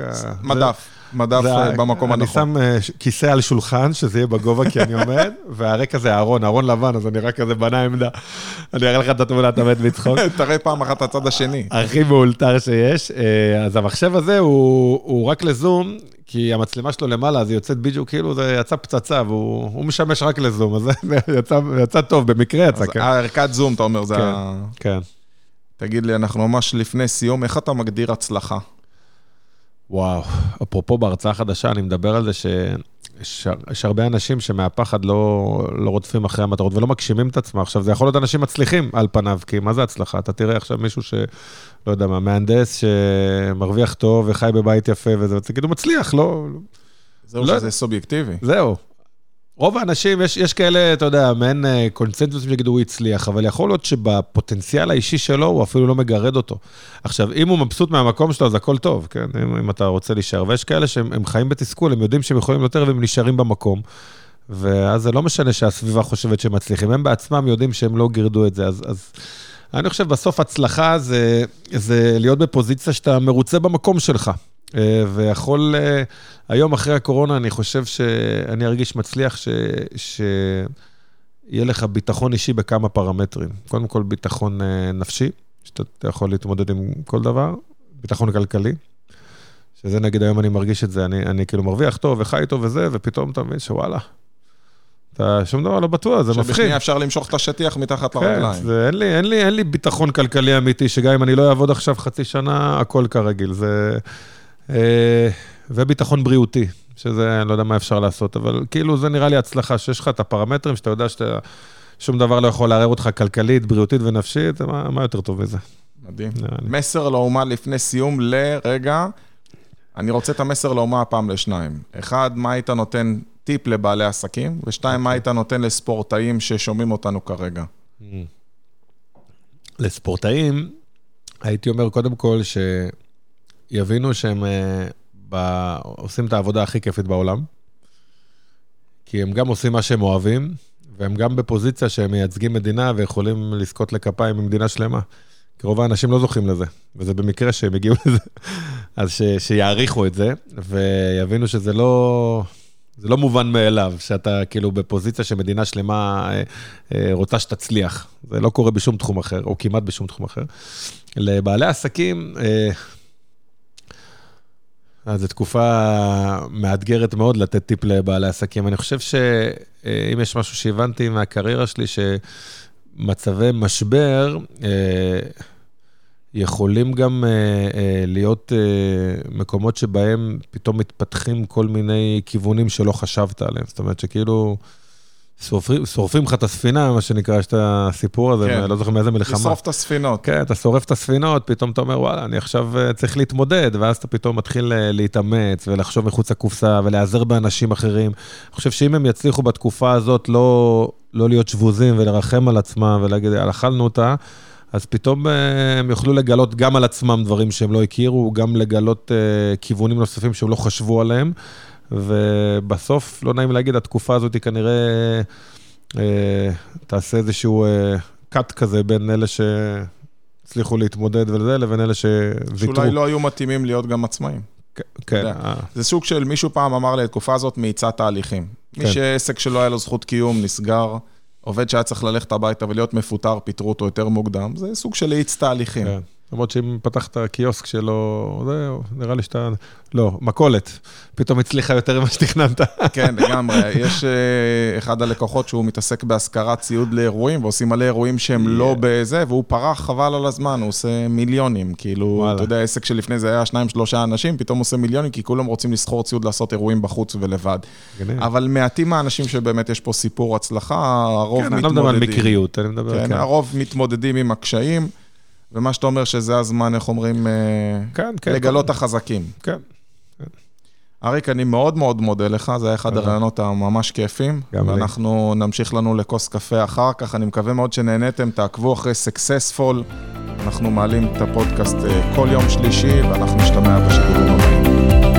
מדף במקום הנכון. אני שם כיסא על שולחן, שזה יהיה בגובה כי אני עומד, והרקע זה ארון לבן, אז אני רק כזה בנה עמדה. אני אראה לך את התמונה, אתה מת לצחוק. תראה פעם אחת הצד השני. הכי מאולתר שיש. אז המחשב הזה הוא רק לזום, כי המצלמה שלו למעלה, אז היא יוצאת בדיוק, כאילו זה יצא פצצה, והוא משמש רק לזום, אז זה יצא טוב, במקרה יצא, כן. הערכת זום, אתה אומר, זה כן. תגיד לי, אנחנו ממש לפני סיום, איך אתה מגדיר הצלחה? וואו, אפרופו בהרצאה חדשה, אני מדבר על זה שיש הרבה אנשים שמהפחד לא רודפים אחרי המטרות, ולא מגשימים את עצמם. עכשיו, זה יכול להיות אנשים מצליחים על פניו, כי מה זה הצלחה? אתה תראה עכשיו מישהו לא יודע מה, מהנדס שמרוויח טוב וחי בבית יפה וזה, כאילו מצליח, לא... זהו שזה סובייקטיבי. זהו. רוב האנשים, יש כאלה, אתה יודע, מעין קונצנזוס שיגידו הוא הצליח, אבל יכול להיות שבפוטנציאל האישי שלו, הוא אפילו לא מגרד אותו. עכשיו, אם הוא מבסוט מהמקום שלו, אז הכל טוב, כן? אם אתה רוצה להישאר. ויש כאלה שהם חיים בתסכול, הם יודעים שהם יכולים יותר והם נשארים במקום. ואז זה לא משנה שהסביבה חושבת שהם מצליחים. הם בעצמם יודעים שהם לא גירדו את זה. אז אני חושב, בסוף הצלחה זה להיות בפוזיציה שאתה מרוצה במקום שלך. ויכול, היום אחרי הקורונה, אני חושב שאני ארגיש מצליח שיהיה לך ביטחון אישי בכמה פרמטרים. קודם כל, ביטחון נפשי, שאתה יכול להתמודד עם כל דבר, ביטחון כלכלי, שזה נגיד היום אני מרגיש את זה, אני כאילו מרוויח טוב וחי טוב וזה, ופתאום אתה מבין שוואלה, אתה שום דבר לא בטוח, זה מפחיד. שבשנייה אפשר למשוך את השטיח מתחת לרגליים. כן, אין לי ביטחון כלכלי אמיתי, שגם אם אני לא אעבוד עכשיו חצי שנה, הכל כרגיל, זה... וביטחון בריאותי, שזה, אני לא יודע מה אפשר לעשות, אבל כאילו זה נראה לי הצלחה, שיש לך את הפרמטרים, שאתה יודע שום דבר לא יכול לערער אותך כלכלית, בריאותית ונפשית, מה יותר טוב מזה? מדהים. מסר לאומה לפני סיום לרגע, אני רוצה את המסר לאומה הפעם לשניים. אחד, מה היית נותן טיפ לבעלי עסקים, ושתיים, מה היית נותן לספורטאים ששומעים אותנו כרגע? לספורטאים, הייתי אומר קודם כל שיבינו שהם עושים את העבודה הכי כיפית בעולם, כי הם גם עושים מה שהם אוהבים, והם גם בפוזיציה שהם מייצגים מדינה ויכולים לזכות לכפיים במדינה שלמה. כי רוב האנשים לא זוכים לזה, וזה במקרה שהם הגיעו לזה. אז שיעריכו את זה, ויבינו שזה לא מובן מאליו, שאתה כאילו בפוזיציה שמדינה שלמה רוצה שתצליח. זה לא קורה בשום תחום אחר, או כמעט בשום תחום אחר. לבעלי עסקים, אז זו תקופה מאתגרת מאוד לתת טיפ לבעלי עסקים. אני חושב שאם יש משהו שהבנתי מהקריירה שלי, שמצבי משבר יכולים גם להיות מקומות שבהם פתאום מתפתחים כל מיני כיוונים שלא חשבת עליהם. זאת אומרת שכאילו שורפים לך את הספינה, מה שנקרא, יש את הסיפור הזה, לא זוכר מאיזה מלחמה. לשרוף את הספינות. כן, אתה שורף את הספינות, פתאום אתה אומר, וואלה, אני עכשיו צריך להתמודד, ואז אתה פתאום מתחיל להתאמץ, ולחשוב מחוץ לקופסה, ולעזר באנשים אחרים. אני חושב שאם הם יצליחו בתקופה הזאת לא להיות שבוזים, ולרחם על עצמם, ולהגיד, אכלנו אותה, אז פתאום הם יוכלו לגלות גם על עצמם דברים שהם לא הכירו, גם לגלות כיוונים נוספים שהם לא חשבו עליהם, ובסוף, לא נעים להגיד, התקופה הזאת היא כנראה תעשה איזשהו קאט כזה בין אלה שהצליחו להתמודד ולזה, לבין אלה שוויתרו. שאולי לא היו מתאימים להיות גם עצמאים. כן. זה סוג של מישהו פעם אמר לי, התקופה הזאת מאיצה תהליכים. מי שעסק שלא היה לו זכות קיום, נסגר, עובד שהיה צריך ללכת הביתה ולהיות מפוטר, פיטרו אותו יותר מוקדם, זה סוג של איץ תהליכים. כן. למרות שאם פתחת קיוסק שלו, זהו, נראה לי שאתה, לא, מקולת, פתאום הצליחה יותר ממה שתכננת. כן, לגמרי. יש אחד הלקוחות שהוא מתעסק בהשכרת ציוד לאירועים, ועושים מלא אירועים שהם לא בזה, והוא פרח חבל על הזמן, הוא עושה מיליונים. כאילו, אתה יודע, עסק שלפני זה היה 2-3 אנשים, פתאום עושה מיליונים, כי כולם רוצים לסחור ציוד לעשות אירועים בחוץ ולבד. אבל מעטים האנשים שבאמת יש פה סיפור הצלחה, הרוב מתמודדים. אני לא מדבר על מקריות, אני מדבר, כן, הרוב מתמודדים עם הקשיים. ומה שאתה אומר שזה הזמן, איך אומרים, לגלות החזקים. כן. אריק, אני מאוד מאוד מודה לך, זה היה אחד הרעיונות הממש כיפים, ואנחנו נמשיך לנו לכוס קפה אחר כך, אני מקווה מאוד שנהנתם, תעקבו אחרי Successful, אנחנו מעלים את הפודקאסט כל יום שלישי, ואנחנו נשתמע בשידורים הבאים.